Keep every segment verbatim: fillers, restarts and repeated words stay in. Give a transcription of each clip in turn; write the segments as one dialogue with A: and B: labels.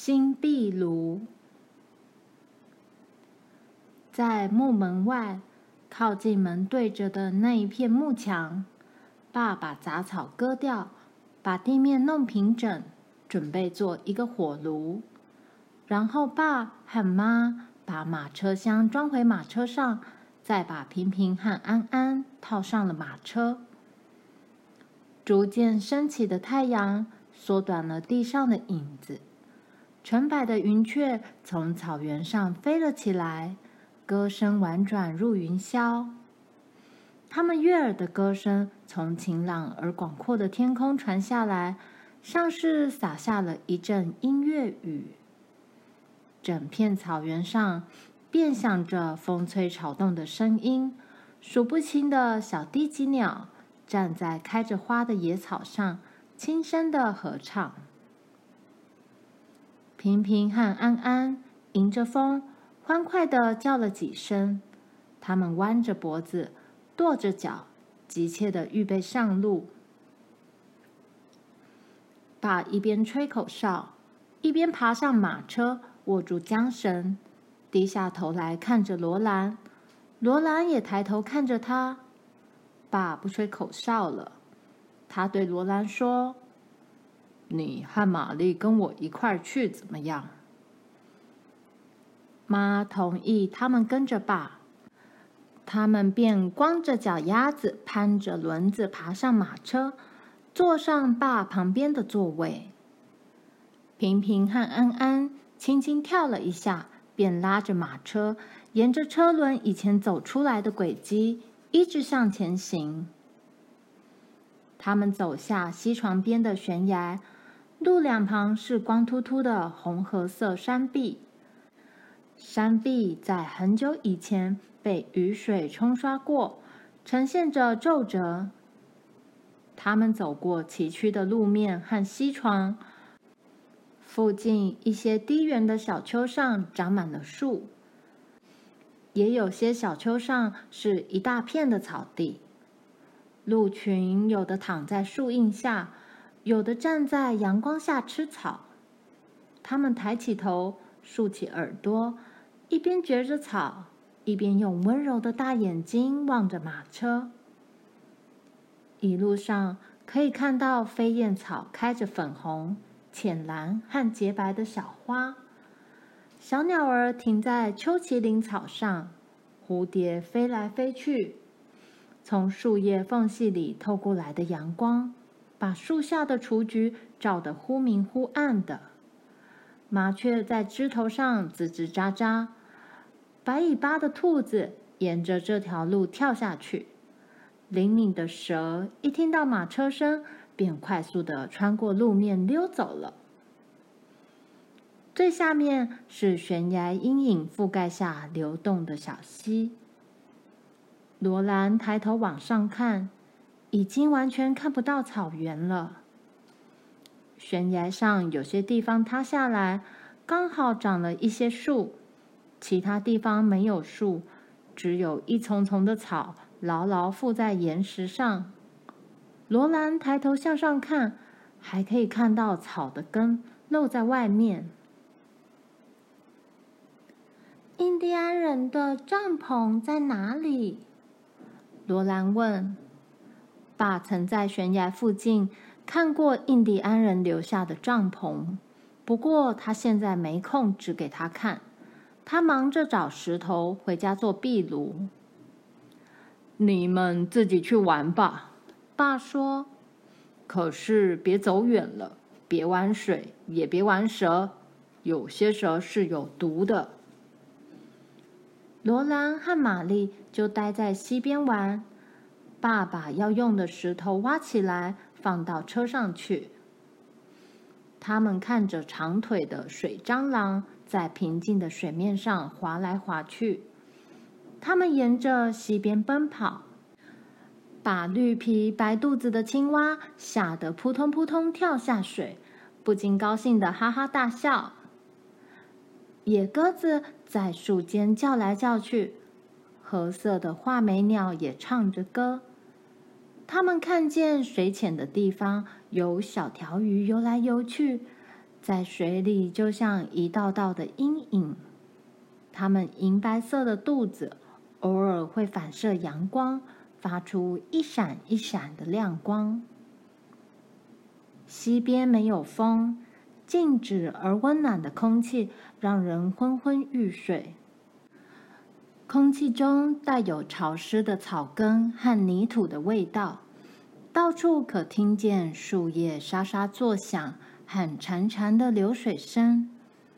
A: 新壁炉。在木门外，靠近门对着的那一片木墙，爸把杂草割掉，把地面弄平整，准备做一个火炉。然后爸和妈把马车厢装回马车上，再把平平和安安套上了马车。逐渐升起的太阳缩短了地上的影子，成百的云雀从草原上飞了起来，歌声婉转入云霄。它们悦耳的歌声从晴朗而广阔的天空传下来，像是洒下了一阵音乐雨。整片草原上遍响着风吹草动的声音，数不清的小低级鸟站在开着花的野草上，轻声的合唱。平平和安安迎着风，欢快地叫了几声。他们弯着脖子，跺着脚，急切地预备上路。爸一边吹口哨，一边爬上马车，握住缰绳，低下头来看着罗兰。罗兰也抬头看着他。爸不吹口哨了，他对罗兰说：“你和玛丽跟我一块儿去怎么样？”妈同意他们跟着爸，他们便光着脚丫子攀着轮子爬上马车，坐上爸旁边的座位。平平和安安轻轻跳了一下，便拉着马车沿着车轮以前走出来的轨迹一直向前行。他们走下溪床边的悬崖，路两旁是光秃秃的红褐色山壁。山壁在很久以前被雨水冲刷过，呈现着皱褶。他们走过崎岖的路面和溪床，附近一些低圆的小丘上长满了树，也有些小丘上是一大片的草地。鹿群有的躺在树荫下，有的站在阳光下吃草。它们抬起头，竖起耳朵，一边嚼着草，一边用温柔的大眼睛望着马车。一路上可以看到飞燕草开着粉红、浅蓝和洁白的小花，小鸟儿停在秋麒麟草上，蝴蝶飞来飞去。从树叶缝隙里透过来的阳光，把树下的雏菊照得忽明忽暗的。麻雀在枝头上吱吱喳喳，白尾巴的兔子沿着这条路跳下去。灵敏的蛇一听到马车声，便快速地穿过路面溜走了。最下面是悬崖阴影覆盖下流动的小溪。罗兰抬头往上看，已经完全看不到草原了。悬崖上有些地方塌下来，刚好长了一些树，其他地方没有树，只有一丛丛的草牢牢附在岩石上。罗兰抬头向上看，还可以看到草的根露在外面。印第安人的帐篷在哪里？罗兰问。爸曾在悬崖附近看过印第安人留下的帐篷，不过他现在没空指给他看，他忙着找石头回家做壁炉。你们自己去玩吧，爸说。可是别走远了，别玩水，也别玩蛇，有些蛇是有毒的。罗兰和玛丽就待在溪边玩，爸把要用的石头挖起来放到车上去。他们看着长腿的水蟑螂在平静的水面上滑来滑去。他们沿着溪边奔跑，把绿皮白肚子的青蛙吓得扑通扑通跳下水，不禁高兴地哈哈大笑。野鸽子在树间叫来叫去，褐色的画眉鸟也唱着歌。他们看见水浅的地方有小条鱼游来游去， 在水里就像一道道的阴影。它们银白色的肚子偶尔会反射阳光，发出一闪一闪的亮光。溪边没有风，静止而温暖的空气让人昏昏欲睡。空气中带有潮湿的草根和泥土的味道，到处可听见树叶沙沙作响和潺潺的流水声。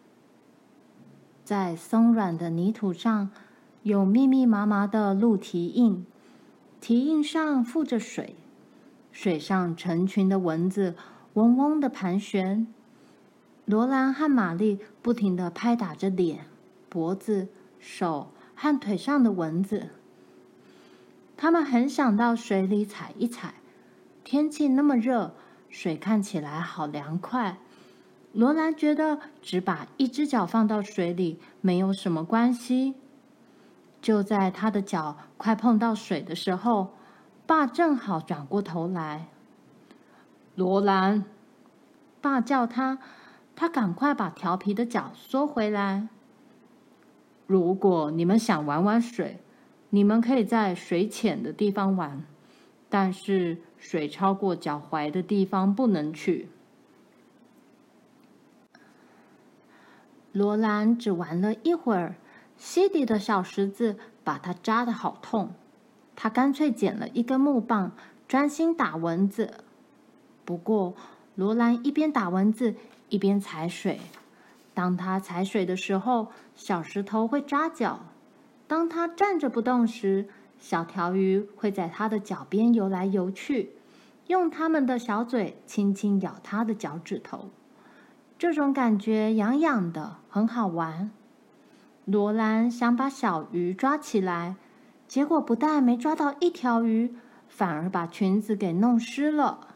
A: 在松软的泥土上有密密麻麻的鹿蹄印，蹄印上附着水，水上成群的蚊子嗡嗡地盘旋。罗兰和玛丽不停地拍打着脸、脖子、手和腿上的蚊子。他们很想到水里踩一踩，天气那么热，水看起来好凉快。罗兰觉得只把一只脚放到水里没有什么关系。就在他的脚快碰到水的时候，爸正好转过头来。罗兰，爸叫他，他赶快把调皮的脚缩回来。如果你们想玩玩水，你们可以在水浅的地方玩，但是水超过脚踝的地方不能去。罗兰只玩了一会儿，溪底的小石子把他扎得好痛，他干脆捡了一根木棒，专心打蚊子。不过，罗兰一边打蚊子，一边踩水。当他踩水的时候，小石头会扎脚；当他站着不动时，小条鱼会在他的脚边游来游去，用它们的小嘴轻轻咬他的脚趾头。这种感觉痒痒的，很好玩。罗兰想把小鱼抓起来，结果不但没抓到一条鱼，反而把裙子给弄湿了。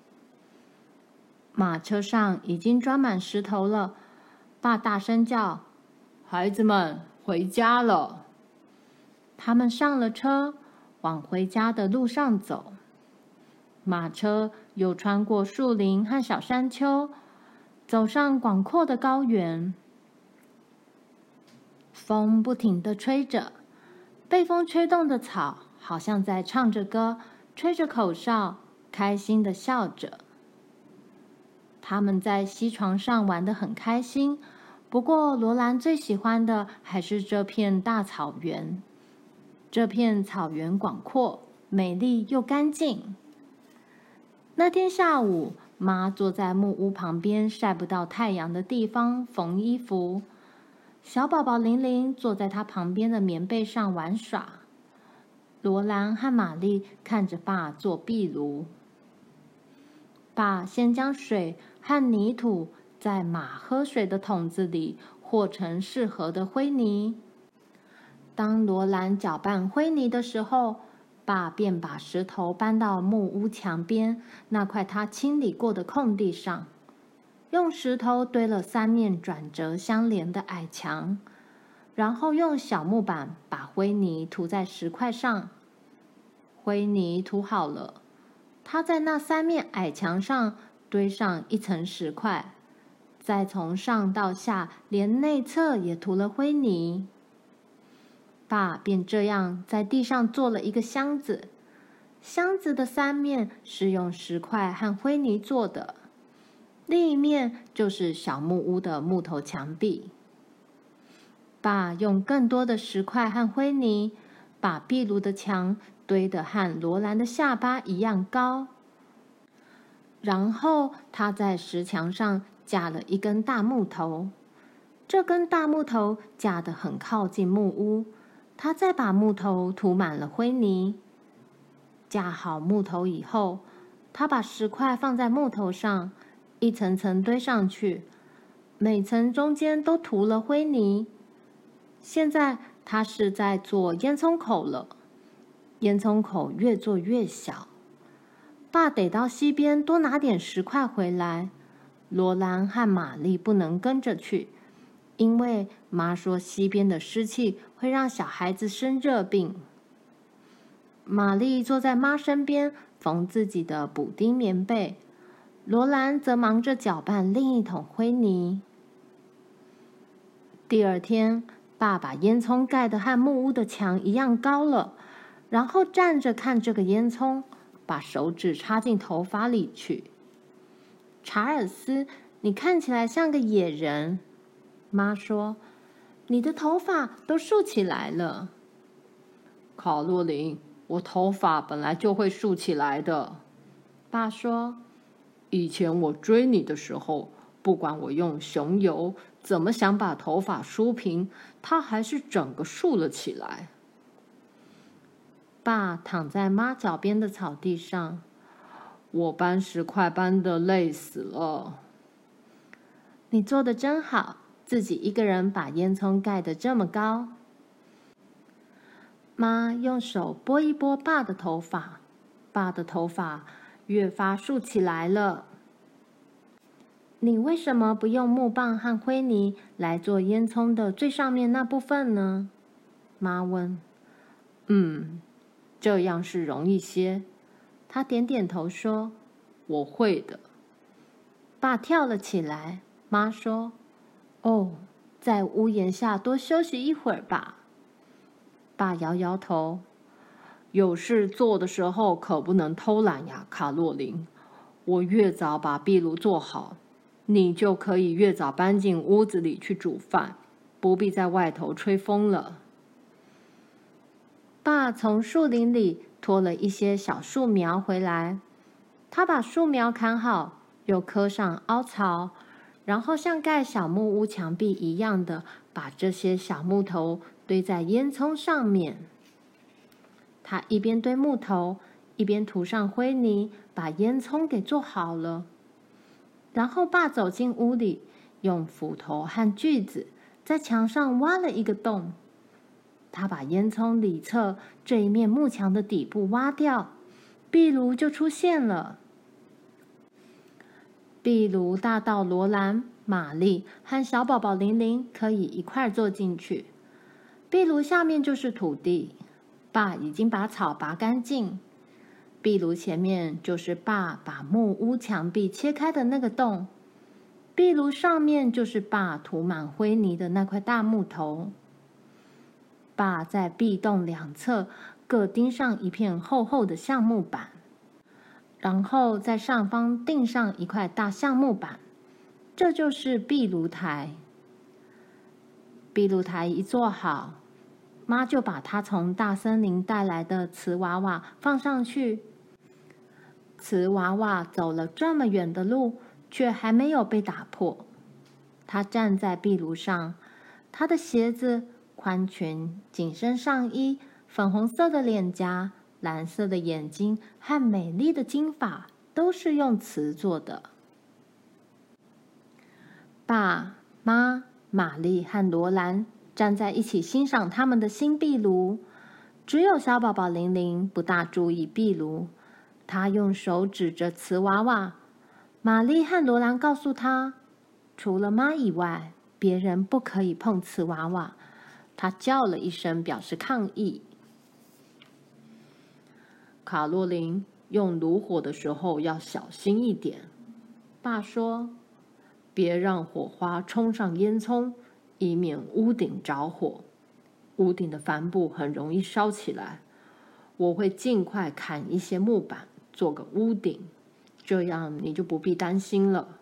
A: 马车上已经装满石头了，爸大声叫：“孩子们，回家了！”他们上了车，往回家的路上走。马车又穿过树林和小山丘，走上广阔的高原。风不停地吹着，被风吹动的草好像在唱着歌，吹着口哨，开心地笑着。他们在溪床上玩得很开心，不过罗兰最喜欢的还是这片大草原。这片草原广阔、美丽又干净。那天下午，妈坐在木屋旁边晒不到太阳的地方缝衣服，小宝宝玲玲坐在她旁边的棉被上玩耍。罗兰和玛丽看着爸做壁炉。爸先将水和泥土在马喝水的桶子里和成适合的灰泥。当罗兰搅拌灰泥的时候，爸便把石头搬到木屋墙边那块他清理过的空地上，用石头堆了三面转折相连的矮墙，然后用小木板把灰泥涂在石块上。灰泥涂好了，他在那三面矮墙上堆上一层石块，再从上到下连内侧也涂了灰泥。爸便这样在地上做了一个箱子，箱子的三面是用石块和灰泥做的，另一面就是小木屋的木头墙壁。爸用更多的石块和灰泥，把壁炉的墙堆得和罗兰的下巴一样高。然后他在石墙上架了一根大木头，这根大木头架得很靠近木屋。他再把木头涂满了灰泥。架好木头以后，他把石块放在木头上，一层层堆上去，每层中间都涂了灰泥。现在他是在做烟囱口了，烟囱口越做越小。爸得到溪边多拿点石块回来。罗兰和玛丽不能跟着去，因为妈说溪边的湿气会让小孩子生热病。玛丽坐在妈身边缝自己的补丁棉被， 罗兰则忙着搅拌另一桶灰泥。第二天，爸把烟囱盖得和木屋的墙一样高了，然后站着看这个烟囱，把手指插进头发里去。查尔斯，你看起来像个野人。妈说，你的头发都竖起来了。卡洛琳，我头发本来就会竖起来的。爸说，以前我追你的时候，不管我用熊油怎么想把头发梳平，它还是整个竖了起来。爸躺在妈脚边的草地上，我搬石块搬得累死了。你做得真好，自己一个人把烟囱盖得这么高。妈用手拨一拨爸的头发，爸的头发越发竖起来了。你为什么不用木棒和灰泥来做烟囱的最上面那部分呢？妈问。嗯，这样是容易些。他点点头说，我会的。爸跳了起来，妈说，哦，在屋檐下多休息一会儿吧。爸摇摇头，有事做的时候可不能偷懒呀，卡洛琳。我越早把壁炉做好，你就可以越早搬进屋子里去煮饭，不必在外头吹风了。爸从树林里拖了一些小树苗回来，他把树苗砍好，又刻上凹槽，然后像盖小木屋墙壁一样的把这些小木头堆在烟囱上面。他一边堆木头，一边涂上灰泥，把烟囱给做好了。然后爸走进屋里，用斧头和锯子在墙上挖了一个洞。他把烟囱里侧这一面木墙的底部挖掉，壁炉就出现了。壁炉大到罗兰、玛丽和小宝宝玲玲可以一块坐进去。壁炉下面就是土地，爸已经把草拔干净。壁炉前面就是爸把木屋墙壁切开的那个洞，壁炉上面就是爸涂满灰泥的那块大木头。爸在壁洞两侧各钉上一片厚厚的橡木板，然后在上方钉上一块大橡木板，这就是壁炉台。壁炉台一做好，妈就把它从大森林带来的瓷娃娃放上去。瓷娃娃走了这么远的路，却还没有被打破。他站在壁炉上，他的鞋子、宽裙、紧身上衣、粉红色的脸颊、蓝色的眼睛和美丽的金发都是用瓷做的。爸妈、玛丽和罗兰站在一起欣赏他们的新壁炉，只有小宝宝玲玲不大注意壁炉，她用手指着瓷娃娃。玛丽和罗兰告诉她，除了妈以外，别人不可以碰瓷娃娃。她叫了一声，表示抗议。卡洛琳，用炉火的时候要小心一点。爸说，别让火花冲上烟囱，以免屋顶着火。屋顶的帆布很容易烧起来。我会尽快砍一些木板，做个屋顶，这样你就不必担心了。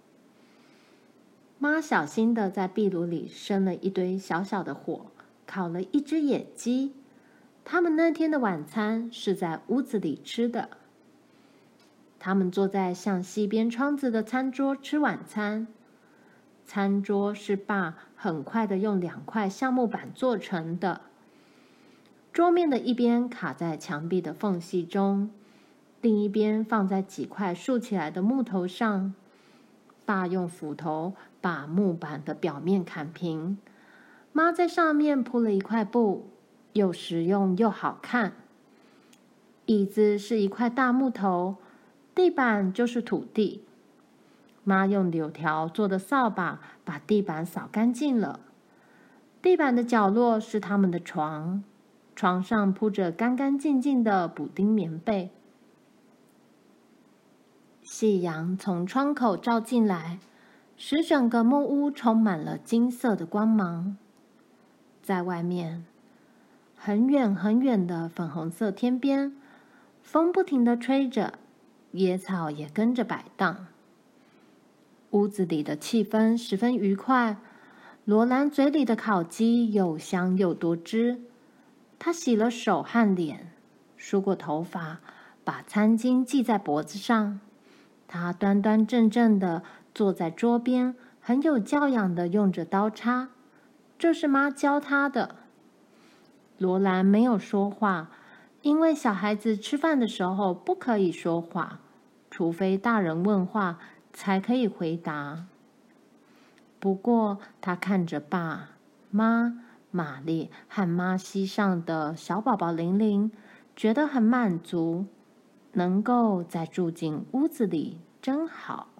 A: 妈小心地在壁炉里生了一堆小小的火，烤了一只野鸡。他们那天的晚餐是在屋子里吃的。他们坐在向西边窗子的餐桌吃晚餐。餐桌是爸很快的用两块橡木板做成的。桌面的一边卡在墙壁的缝隙中，另一边放在几块竖起来的木头上。爸用斧头把木板的表面砍平，妈在上面铺了一块布，又实用又好看。椅子是一块大木头，地板就是土地。妈用柳条做的扫把把地板扫干净了。地板的角落是他们的床，床上铺着干干净净的补丁棉被。 夕阳从窗口照进来，使整个木屋充满了金色的光芒。在外面，很远很远的粉红色天边，风不停地吹着，野草也跟着摆荡。屋子里的气氛十分愉快，罗兰嘴里的烤鸡又香又多汁。他洗了手和脸，梳过头发，把餐巾系在脖子上。他端端正正地坐在桌边，很有教养地用着刀叉，这是妈教他的。罗兰没有说话，因为小孩子吃饭的时候不可以说话，除非大人问话才可以回答。不过他看着爸妈玛丽和妈膝上的小宝宝玲玲，觉得很满足，能够再住进屋子里真好。